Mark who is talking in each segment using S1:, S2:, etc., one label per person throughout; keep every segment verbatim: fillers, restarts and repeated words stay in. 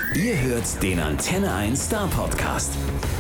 S1: Ihr hört den Antenne eins Star Podcast.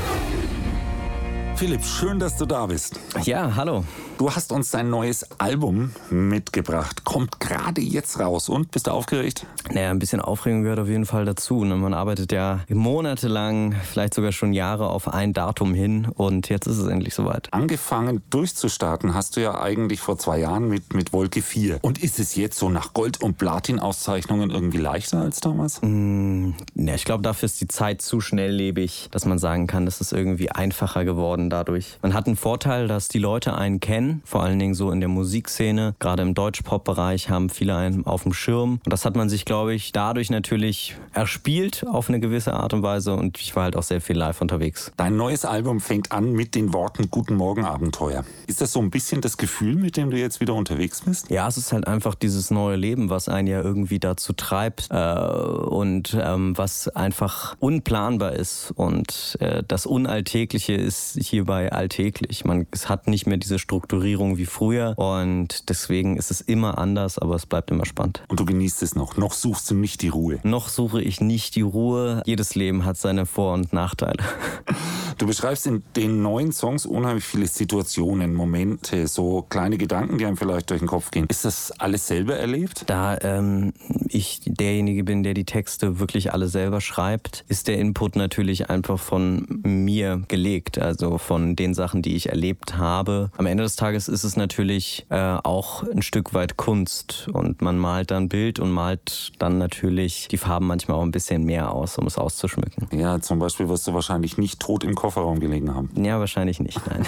S2: Philipp, schön, dass du da bist.
S3: Ja, hallo.
S2: Du hast uns dein neues Album mitgebracht. Kommt gerade jetzt raus. Und, bist du aufgeregt?
S3: Naja, ein bisschen Aufregung gehört auf jeden Fall dazu. Man arbeitet ja monatelang, vielleicht sogar schon Jahre auf ein Datum hin. Und jetzt ist es endlich soweit.
S2: Angefangen durchzustarten hast du ja eigentlich vor zwei Jahren mit, mit Wolke vier. Und ist es jetzt so nach Gold- und Platin-Auszeichnungen irgendwie leichter als damals?
S3: Mm, ja, ich glaube, dafür ist die Zeit zu schnelllebig, dass man sagen kann, das ist irgendwie einfacher geworden dadurch. Man hat einen Vorteil, dass die Leute einen kennen. Vor allen Dingen so in der Musikszene, gerade im Deutsch-Pop-Bereich haben viele einen auf dem Schirm. Und das hat man sich, glaube ich, dadurch natürlich erspielt auf eine gewisse Art und Weise. Und ich war halt auch sehr viel live unterwegs.
S2: Dein neues Album fängt an mit den Worten Guten Morgen Abenteuer. Ist das so ein bisschen das Gefühl, mit dem du jetzt wieder unterwegs bist?
S3: Ja, es ist halt einfach dieses neue Leben, was einen ja irgendwie dazu treibt äh, und ähm, was einfach unplanbar ist. Und äh, das Unalltägliche ist hierbei alltäglich. Man es hat nicht mehr diese Struktur wie früher und deswegen ist es immer anders, aber es bleibt immer spannend.
S2: Und du genießt es noch. Noch suchst du nicht die Ruhe.
S3: Noch suche ich nicht die Ruhe. Jedes Leben hat seine Vor- und Nachteile.
S2: Du beschreibst in den neuen Songs unheimlich viele Situationen, Momente, so kleine Gedanken, die einem vielleicht durch den Kopf gehen. Ist das alles selber erlebt?
S3: Da ähm, ich derjenige bin, der die Texte wirklich alle selber schreibt, ist der Input natürlich einfach von mir gelegt, also von den Sachen, die ich erlebt habe. Am Ende des Tages ist es natürlich äh, auch ein Stück weit Kunst und man malt dann ein Bild und malt dann natürlich die Farben manchmal auch ein bisschen mehr aus, um es auszuschmücken.
S2: Ja, zum Beispiel wirst du wahrscheinlich nicht tot im Kofferraum gelegen haben.
S3: Ja, wahrscheinlich nicht, nein.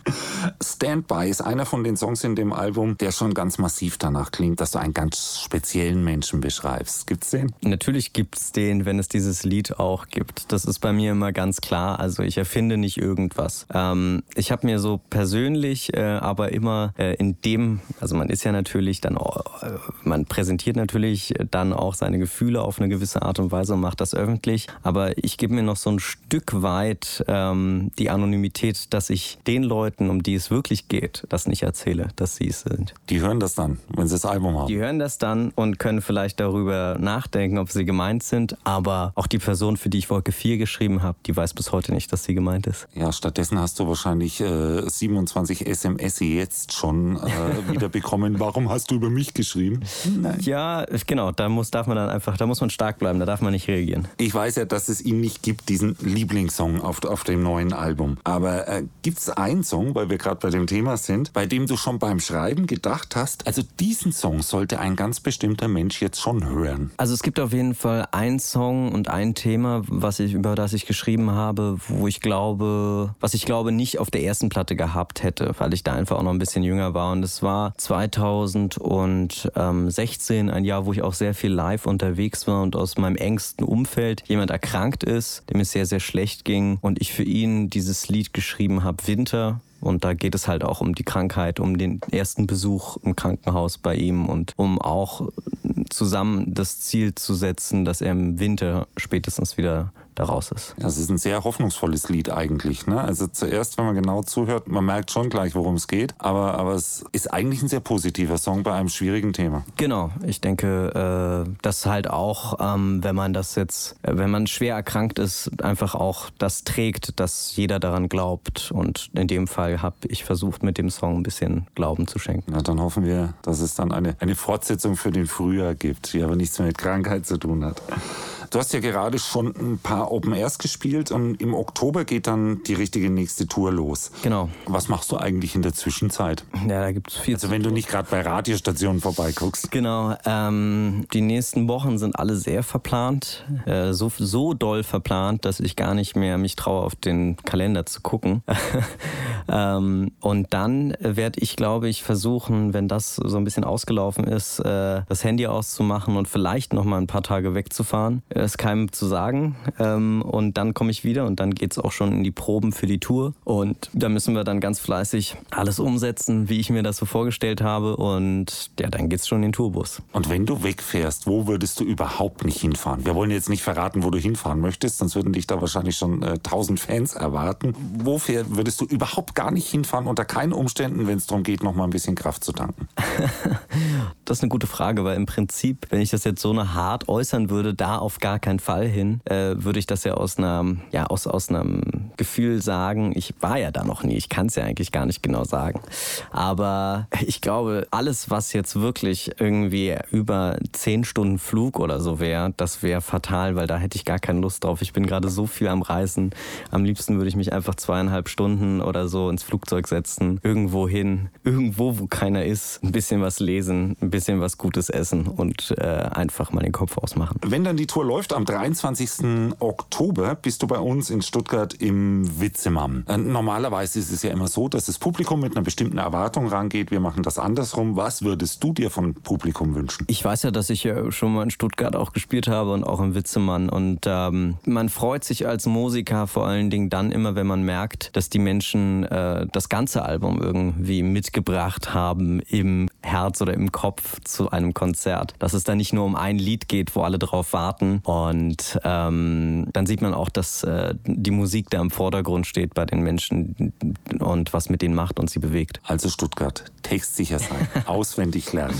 S2: Stand By ist einer von den Songs in dem Album, der schon ganz massiv danach klingt, dass du einen ganz speziellen Menschen beschreibst. Gibt's den?
S3: Natürlich gibt's den, wenn es dieses Lied auch gibt. Das ist bei mir immer ganz klar. Also ich erfinde nicht irgendwas. Ähm, ich habe mir so persönlich äh, aber immer äh, in dem, also man ist ja natürlich dann, auch, äh, man präsentiert natürlich dann auch seine Gefühle auf eine gewisse Art und Weise und macht das öffentlich, aber ich gebe mir noch so ein Stück weit ähm, die Anonymität, dass ich den Leuten, um die es wirklich geht, das nicht erzähle, dass sie es sind.
S2: Die hören das dann, wenn sie das Album haben?
S3: Die hören das dann und können vielleicht darüber nachdenken, ob sie gemeint sind, aber auch die Person, für die ich Wolke vier geschrieben habe, die weiß bis heute nicht, dass sie gemeint ist.
S2: Ja, stattdessen hast du wahrscheinlich äh, siebenundzwanzig S M S jetzt schon äh, wieder bekommen. Warum hast du über mich geschrieben?
S3: Nein. Ja, genau, da muss, darf man dann einfach, da muss man stark bleiben, da darf man nicht reagieren.
S2: Ich weiß ja, dass es ihn nicht gibt, diesen Lieblingssong auf, auf dem neuen Album. Aber äh, gibt es einen Song, weil wir gerade bei dem Thema sind, bei dem du schon beim Schreiben gedacht hast, also diesen Song sollte ein ganz bestimmter Mensch jetzt schon hören?
S3: Also es gibt auf jeden Fall einen Song und ein Thema, was ich, über das ich geschrieben habe, wo ich glaube, was ich glaube nicht auf der ersten Platte gehabt hätte, weil ich da einfach auch noch ein bisschen jünger war. Und es war zweitausendsechzehn, ein Jahr, wo ich auch sehr viel live unterwegs war und aus meinem engsten Umfeld jemand erkrankt ist, dem es sehr, sehr schlecht ging und ich für ihn dieses Lied geschrieben habe, Winter. Und da geht es halt auch um die Krankheit, um den ersten Besuch im Krankenhaus bei ihm und um auch zusammen das Ziel zu setzen, dass er im Winter spätestens wieder da raus ist.
S2: Das ist ein sehr hoffnungsvolles Lied eigentlich, ne? Also zuerst, wenn man genau zuhört, man merkt schon gleich, worum es geht, aber, aber es ist eigentlich ein sehr positiver Song bei einem schwierigen Thema.
S3: Genau, ich denke, äh, dass halt auch, ähm, wenn man das jetzt, äh, wenn man schwer erkrankt ist, einfach auch das trägt, dass jeder daran glaubt und in dem Fall habe ich versucht, mit dem Song ein bisschen Glauben zu schenken.
S2: Na, dann hoffen wir, dass es dann eine, eine Fortsetzung für den Frühjahr gibt, die aber nichts mehr mit Krankheit zu tun hat. Du hast ja gerade schon ein paar Open Airs gespielt und im Oktober geht dann die richtige nächste Tour los.
S3: Genau.
S2: Was machst du eigentlich in der Zwischenzeit?
S3: Ja, da gibt's viel.
S2: Also wenn du nicht gerade bei Radiostationen vorbeiguckst.
S3: Genau. Ähm, die nächsten Wochen sind alle sehr verplant. Äh, so, so doll verplant, dass ich gar nicht mehr mich traue, auf den Kalender zu gucken. ähm, und dann werde ich, glaube ich, versuchen, wenn das so ein bisschen ausgelaufen ist, äh, das Handy auszumachen und vielleicht noch mal ein paar Tage wegzufahren. Es keinem zu sagen. Ähm, und dann komme ich wieder und dann geht's auch schon in die Proben für die Tour. Und da müssen wir dann ganz fleißig alles umsetzen, wie ich mir das so vorgestellt habe. Und ja, dann geht's schon in den Tourbus.
S2: Und wenn du wegfährst, wo würdest du überhaupt nicht hinfahren? Wir wollen jetzt nicht verraten, wo du hinfahren möchtest, sonst würden dich da wahrscheinlich schon äh, tausend Fans erwarten. Wofür würdest du überhaupt gar nicht hinfahren, unter keinen Umständen, wenn es darum geht, noch mal ein bisschen Kraft zu tanken?
S3: Das ist eine gute Frage, weil im Prinzip, wenn ich das jetzt so hart äußern würde, da auf gar gar keinen Fall hin, äh, würde ich das ja aus einer, ja, aus, aus einem Gefühl sagen, ich war ja da noch nie, ich kann es ja eigentlich gar nicht genau sagen. Aber ich glaube, alles, was jetzt wirklich irgendwie über zehn Stunden Flug oder so wäre, das wäre fatal, weil da hätte ich gar keine Lust drauf. Ich bin gerade so viel am Reisen. Am liebsten würde ich mich einfach zweieinhalb Stunden oder so ins Flugzeug setzen, irgendwo hin, irgendwo, wo keiner ist, ein bisschen was lesen, ein bisschen was Gutes essen und äh, einfach mal den Kopf ausmachen.
S2: Wenn dann die Tour läuft, am dreiundzwanzigsten Oktober bist du bei uns in Stuttgart im Witzemann. Äh, normalerweise ist es ja immer so, dass das Publikum mit einer bestimmten Erwartung rangeht. Wir machen das andersrum. Was würdest du dir vom Publikum wünschen?
S3: Ich weiß ja, dass ich ja schon mal in Stuttgart auch gespielt habe und auch im Witzemann. Und ähm, man freut sich als Musiker vor allen Dingen dann immer, wenn man merkt, dass die Menschen äh, das ganze Album irgendwie mitgebracht haben im Herz oder im Kopf zu einem Konzert. Dass es dann nicht nur um ein Lied geht, wo alle drauf warten. Und ähm, dann sieht man auch, dass äh, die Musik da im Vordergrund steht bei den Menschen und was mit denen macht und sie bewegt.
S2: Also Stuttgart, textsicher sein, auswendig lernen.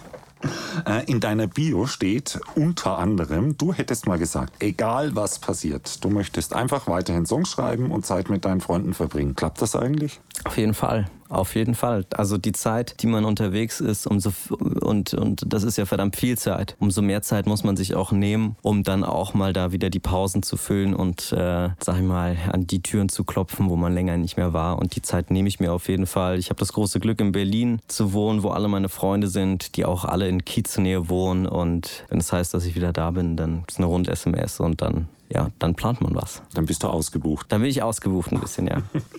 S2: In deiner Bio steht unter anderem, du hättest mal gesagt, egal was passiert, du möchtest einfach weiterhin Songs schreiben und Zeit mit deinen Freunden verbringen. Klappt das eigentlich?
S3: Auf jeden Fall. Auf jeden Fall. Also die Zeit, die man unterwegs ist, umso und, und das ist ja verdammt viel Zeit. Umso mehr Zeit muss man sich auch nehmen, um dann auch mal da wieder die Pausen zu füllen und, äh, sag ich mal, an die Türen zu klopfen, wo man länger nicht mehr war. Und die Zeit nehme ich mir auf jeden Fall. Ich habe das große Glück, in Berlin zu wohnen, wo alle meine Freunde sind, die auch alle in Kieznähe wohnen. Und wenn es heißt, dass ich wieder da bin, dann ist eine Rund-S M S und dann ja, dann plant man was.
S2: Dann bist du ausgebucht.
S3: Dann bin ich ausgebucht ein bisschen, ja.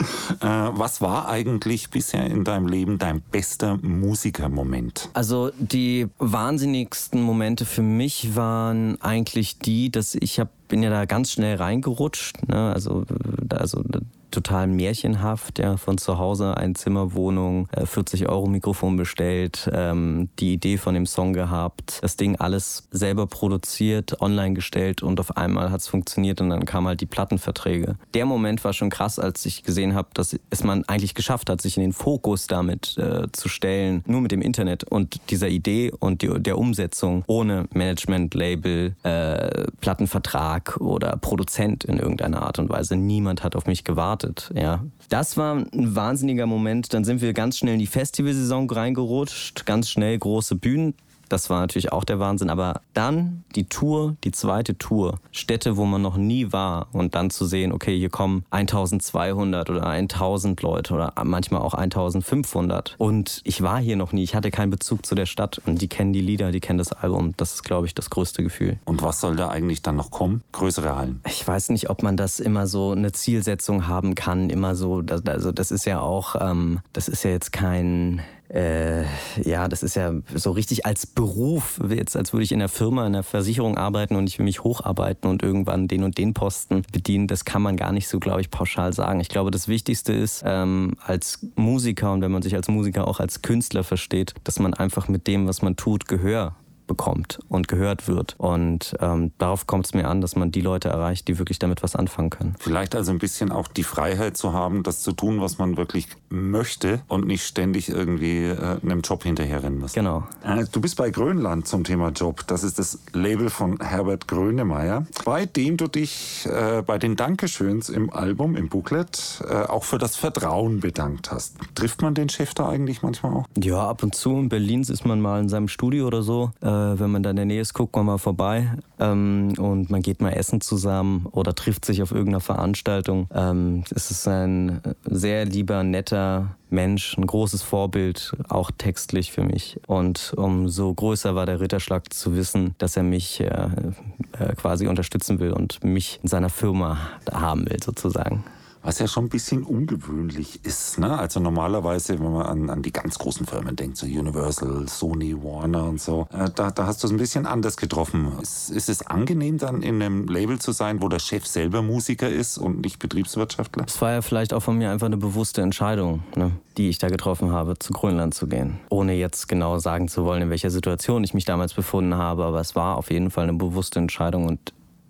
S2: äh, was war eigentlich bisher in deinem Leben dein bester Musikermoment?
S3: Also die wahnsinnigsten Momente für mich waren eigentlich die, dass ich hab, bin ja da ganz schnell reingerutscht. Ne? Also, also total märchenhaft, ja, von zu Hause, Einzimmerwohnung, vierzig Euro Mikrofon bestellt, ähm, die Idee von dem Song gehabt, das Ding alles selber produziert, online gestellt und auf einmal hat es funktioniert und dann kamen halt die Plattenverträge. Der Moment war schon krass, als ich gesehen habe, dass es man eigentlich geschafft hat, sich in den Fokus damit äh, zu stellen, nur mit dem Internet und dieser Idee und die, der Umsetzung ohne Management, Label, äh, Plattenvertrag oder Produzent in irgendeiner Art und Weise. Niemand hat auf mich gewartet. Ja. Das war ein wahnsinniger Moment. Dann sind wir ganz schnell in die Festivalsaison reingerutscht, ganz schnell große Bühnen. Das war natürlich auch der Wahnsinn. Aber dann die Tour, die zweite Tour, Städte, wo man noch nie war und dann zu sehen, okay, hier kommen eintausendzweihundert oder tausend Leute oder manchmal auch eintausendfünfhundert. Und ich war hier noch nie, ich hatte keinen Bezug zu der Stadt und die kennen die Lieder, die kennen das Album. Das ist, glaube ich, das größte Gefühl.
S2: Und was soll da eigentlich dann noch kommen? Größere Hallen?
S3: Ich weiß nicht, ob man das immer so eine Zielsetzung haben kann, immer so, also das ist ja auch, ähm, das ist ja jetzt kein... Äh, ja, das ist ja so richtig als Beruf, jetzt als würde ich in der Firma, in der Versicherung arbeiten und ich will mich hocharbeiten und irgendwann den und den Posten bedienen. Das kann man gar nicht so, glaube ich, pauschal sagen. Ich glaube, das Wichtigste ist, ähm, als Musiker und wenn man sich als Musiker auch als Künstler versteht, dass man einfach mit dem, was man tut, Gehör bekommt und gehört wird. Und ähm, darauf kommt es mir an, dass man die Leute erreicht, die wirklich damit was anfangen können.
S2: Vielleicht also ein bisschen auch die Freiheit zu haben, das zu tun, was man wirklich möchte und nicht ständig irgendwie äh, einem Job hinterherrennen muss.
S3: Genau.
S2: Äh, du bist bei Grönland zum Thema Job. Das ist das Label von Herbert Grönemeyer, bei dem du dich äh, bei den Dankeschöns im Album, im Booklet, äh, auch für das Vertrauen bedankt hast. Trifft man den Chef da eigentlich manchmal auch?
S3: Ja, ab und zu. In Berlin ist man mal in seinem Studio oder so. Äh, wenn man da in der Nähe ist, guckt man mal vorbei ähm, und man geht mal essen zusammen oder trifft sich auf irgendeiner Veranstaltung. Ähm, es ist ein sehr lieber, netter Mensch, ein großes Vorbild, auch textlich für mich. Und umso größer war der Ritterschlag zu wissen, dass er mich äh, äh, quasi unterstützen will und mich in seiner Firma haben will, sozusagen.
S2: Was ja schon ein bisschen ungewöhnlich ist, ne? Also normalerweise, wenn man an, an die ganz großen Firmen denkt, so Universal, Sony, Warner und so, äh, da, da hast du es ein bisschen anders getroffen. Ist, ist es angenehm, dann in einem Label zu sein, wo der Chef selber Musiker ist und nicht Betriebswirtschaftler?
S3: Es war ja vielleicht auch von mir einfach eine bewusste Entscheidung, ne, die ich da getroffen habe, zu Grönland zu gehen. Ohne jetzt genau sagen zu wollen, in welcher Situation ich mich damals befunden habe, aber es war auf jeden Fall eine bewusste Entscheidung und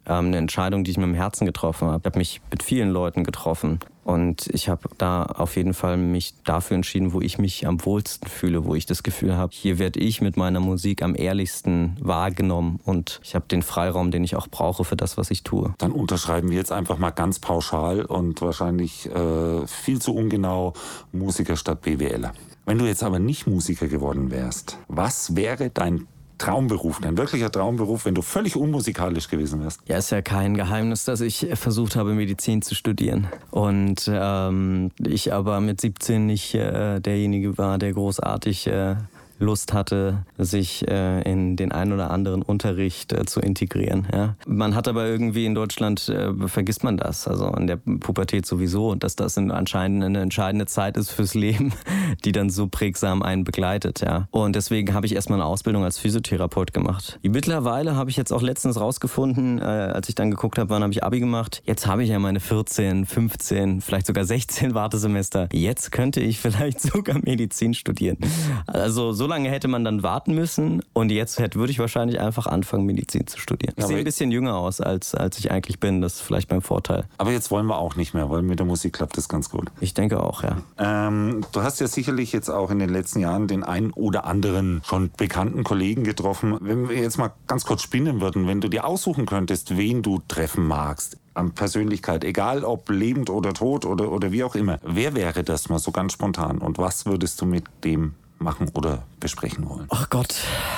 S3: ähm, eine Entscheidung, die ich mit dem Herzen getroffen habe. Ich habe mich mit vielen Leuten getroffen. Und ich habe da auf jeden Fall mich dafür entschieden, wo ich mich am wohlsten fühle, wo ich das Gefühl habe, hier werde ich mit meiner Musik am ehrlichsten wahrgenommen und ich habe den Freiraum, den ich auch brauche für das, was ich tue.
S2: Dann unterschreiben wir jetzt einfach mal ganz pauschal und wahrscheinlich äh, viel zu ungenau Musiker statt BWLer. Wenn du jetzt aber nicht Musiker geworden wärst, was wäre dein Traumberuf, dein wirklicher Traumberuf, wenn du völlig unmusikalisch gewesen wärst?
S3: Ja, ist ja kein Geheimnis, dass ich versucht habe, Medizin zu studieren. Und ähm, ich aber mit siebzehn nicht äh, derjenige war, der großartig äh, Lust hatte, sich äh, in den ein oder anderen Unterricht äh, zu integrieren. Ja. Man hat aber irgendwie in Deutschland, äh, vergisst man das, also in der Pubertät sowieso, dass das anscheinend eine entscheidende Zeit ist fürs Leben, die dann so prägsam einen begleitet. Ja. Und deswegen habe ich erstmal eine Ausbildung als Physiotherapeut gemacht. Mittlerweile habe ich jetzt auch letztens rausgefunden, äh, als ich dann geguckt habe, wann habe ich Abi gemacht, jetzt habe ich ja meine vierzehn, fünfzehn, vielleicht sogar sechzehn Wartesemester. Jetzt könnte ich vielleicht sogar Medizin studieren. Also so lange hätte man dann warten müssen und jetzt hätte, würde ich wahrscheinlich einfach anfangen, Medizin zu studieren. Ich
S2: ja,
S3: sehe ein bisschen jünger aus, als, als ich eigentlich bin. Das ist vielleicht mein Vorteil.
S2: Aber jetzt wollen wir auch nicht mehr, weil mit der Musik klappt das ganz gut.
S3: Ich denke auch, ja.
S2: Ähm, du hast ja sicherlich jetzt auch in den letzten Jahren den einen oder anderen schon bekannten Kollegen getroffen. Wenn wir jetzt mal ganz kurz spinnen würden, wenn du dir aussuchen könntest, wen du treffen magst, an Persönlichkeit, egal ob lebend oder tot oder, oder wie auch immer, wer wäre das mal so ganz spontan und was würdest du mit dem machen oder besprechen wollen?
S3: Ach Gott,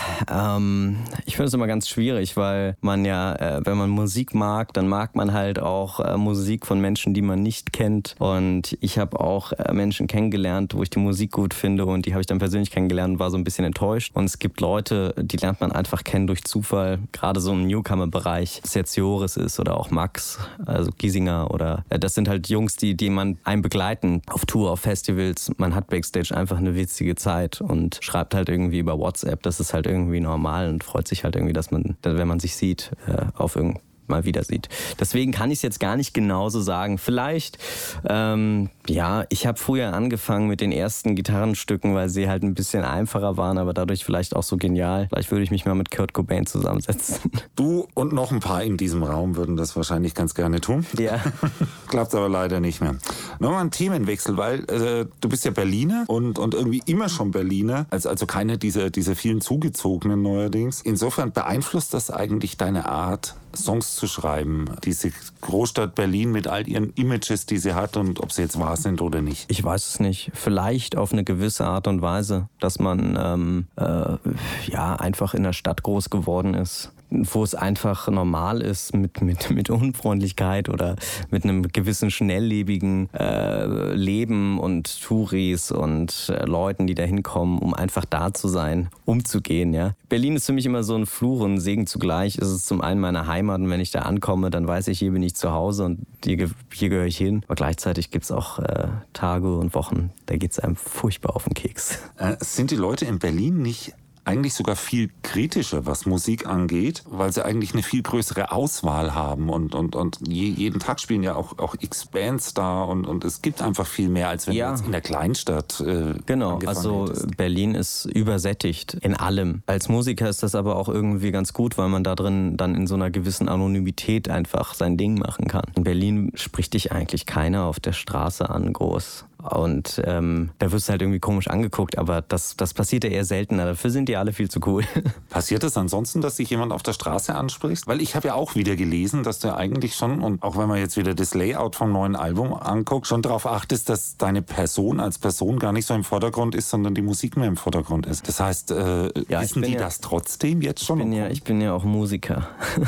S3: ähm, ich finde es immer ganz schwierig, weil man ja, äh, wenn man Musik mag, dann mag man halt auch äh, Musik von Menschen, die man nicht kennt. Und ich habe auch äh, Menschen kennengelernt, wo ich die Musik gut finde und die habe ich dann persönlich kennengelernt und war so ein bisschen enttäuscht. Und es gibt Leute, die lernt man einfach kennen durch Zufall, gerade so im Newcomer-Bereich, ob es jetzt Joris ist oder auch Max, also Giesinger oder äh, das sind halt Jungs, die, die man einen begleiten auf Tour, auf Festivals. Man hat Backstage einfach eine witzige Zeit und schreibt halt irgendwie über WhatsApp, das ist halt irgendwie normal und freut sich halt irgendwie, dass man, wenn man sich sieht, auf irgendein mal wieder sieht. Deswegen kann ich es jetzt gar nicht genauso sagen. Vielleicht, ähm, ja, ich habe früher angefangen mit den ersten Gitarrenstücken, weil sie halt ein bisschen einfacher waren, aber dadurch vielleicht auch so genial. Vielleicht würde ich mich mal mit Kurt Cobain zusammensetzen.
S2: Du und noch ein paar in diesem Raum würden das wahrscheinlich ganz gerne tun.
S3: Ja.
S2: Klappt aber leider nicht mehr. Nochmal ein Themenwechsel, weil äh, du bist ja Berliner und, und irgendwie immer schon Berliner, also, also keiner dieser, dieser vielen Zugezogenen neuerdings. Insofern beeinflusst das eigentlich deine Art, Songs zu schreiben. Diese Großstadt Berlin mit all ihren Images, die sie hat und ob sie jetzt wahr sind oder nicht.
S3: Ich weiß es nicht. Vielleicht auf eine gewisse Art und Weise, dass man ähm, äh, ja einfach in der Stadt groß geworden ist, wo es einfach normal ist mit, mit, mit Unfreundlichkeit oder mit einem gewissen schnelllebigen äh, Leben und Touris und äh, Leuten, die da hinkommen, um einfach da zu sein, umzugehen. Ja? Berlin ist für mich immer so ein Fluch und ein Segen zugleich. Es ist zum einen meine Heimat und wenn ich da ankomme, dann weiß ich, hier bin ich zu Hause und hier, hier gehöre ich hin. Aber gleichzeitig gibt es auch äh, Tage und Wochen, da geht es einem furchtbar auf den Keks.
S2: Äh, sind die Leute in Berlin nicht eigentlich sogar viel kritischer, was Musik angeht, weil sie eigentlich eine viel größere Auswahl haben und, und, und je, jeden Tag spielen ja auch, auch X-Bands da und, und es gibt einfach viel mehr, als wenn ja. du jetzt in der Kleinstadt äh,
S3: Genau, also hättest. Berlin ist übersättigt in allem. Als Musiker ist das aber auch irgendwie ganz gut, weil man da drin dann in so einer gewissen Anonymität einfach sein Ding machen kann. In Berlin spricht dich eigentlich keiner auf der Straße an groß. Und ähm, da wirst du halt irgendwie komisch angeguckt, aber das, das passiert ja eher seltener. Dafür sind die alle viel zu cool.
S2: Passiert es ansonsten, dass sich jemand auf der Straße anspricht? Weil ich habe ja auch wieder gelesen, dass du eigentlich schon, und auch wenn man jetzt wieder das Layout vom neuen Album anguckt, schon darauf achtest, dass deine Person als Person gar nicht so im Vordergrund ist, sondern die Musik mehr im Vordergrund ist. Das heißt, äh, ja, wissen die ja, das trotzdem jetzt schon?
S3: Ich bin, ja, ich bin ja auch Musiker.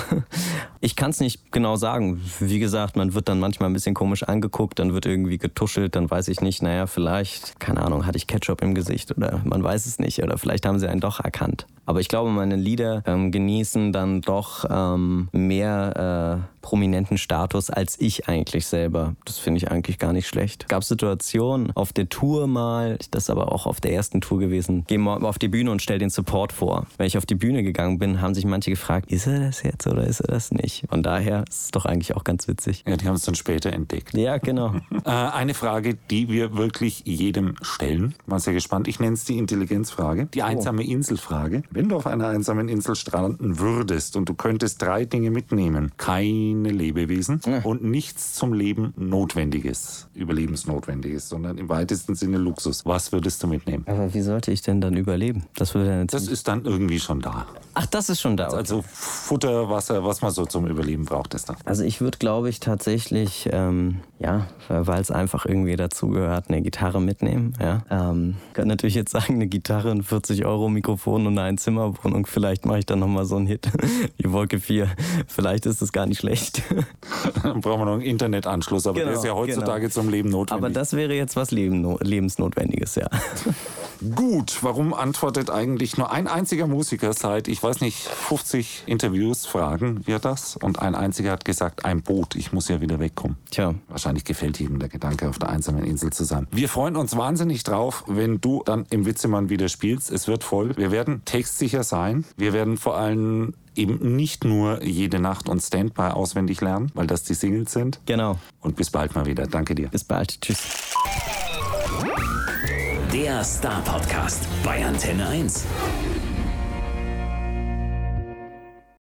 S3: Ich kann es nicht genau sagen. Wie gesagt, man wird dann manchmal ein bisschen komisch angeguckt, dann wird irgendwie getuschelt, dann weiß ich nicht, naja, vielleicht, keine Ahnung, hatte ich Ketchup im Gesicht oder man weiß es nicht oder vielleicht haben sie einen doch erkannt. Aber ich glaube, meine Lieder ähm, genießen dann doch ähm, mehr äh, prominenten Status als ich eigentlich selber. Das finde ich eigentlich gar nicht schlecht. Es gab Situationen auf der Tour mal, das ist aber auch auf der ersten Tour gewesen, geh mal auf die Bühne und stell den Support vor. Wenn ich auf die Bühne gegangen bin, haben sich manche gefragt, ist er das jetzt oder ist er das nicht? Von daher ist es doch eigentlich auch ganz witzig.
S2: Ja, die haben es dann später entdeckt.
S3: Ja, genau.
S2: äh, eine Frage, die wir wirklich jedem stellen. Mal sehr gespannt. Ich nenne es die Intelligenzfrage. Die einsame Inselfrage. Wenn du auf einer einsamen Insel stranden würdest und du könntest drei Dinge mitnehmen, keine Lebewesen ja. und nichts zum Leben Notwendiges, Überlebensnotwendiges, sondern im weitesten Sinne Luxus, was würdest du mitnehmen?
S3: Aber wie sollte ich denn dann überleben? Das, würde dann
S2: das ist dann irgendwie schon da.
S3: Ach, das ist schon da. Okay.
S2: Also Futter, Wasser, was man so zum Überleben braucht, ist da.
S3: Also ich würde, glaube ich, tatsächlich, ähm, ja, weil es einfach irgendwie dazugehört, eine Gitarre mitnehmen. Ja. Ähm, ich kann natürlich jetzt sagen, eine Gitarre, ein vierzig Euro Mikrofon und eine Einzimmerwohnung. Vielleicht mache ich dann nochmal so einen Hit wie Wolke vier. Vielleicht ist das gar nicht schlecht.
S2: Dann brauchen wir noch einen Internetanschluss, aber genau, der ist ja heutzutage genau. zum Leben notwendig.
S3: Aber das wäre jetzt was Leben, Lebensnotwendiges, ja.
S2: Gut, warum antwortet eigentlich nur ein einziger Musiker seit, ich weiß nicht, fünfzig Interviews, fragen wir das? Und ein einziger hat gesagt, ein Boot, ich muss ja wieder wegkommen.
S3: Tja.
S2: Wahrscheinlich gefällt jedem der Gedanke, auf der einsamen Insel zu sein. Wir freuen uns wahnsinnig drauf, wenn du dann im Witzemann wieder spielst. Es wird voll. Wir werden textsicher sein. Wir werden vor allem eben nicht nur Jede Nacht und Standby auswendig lernen, weil das die Singles sind.
S3: Genau.
S2: Und bis bald mal wieder. Danke dir.
S3: Bis bald. Tschüss.
S1: Der Star-Podcast bei Antenne eins.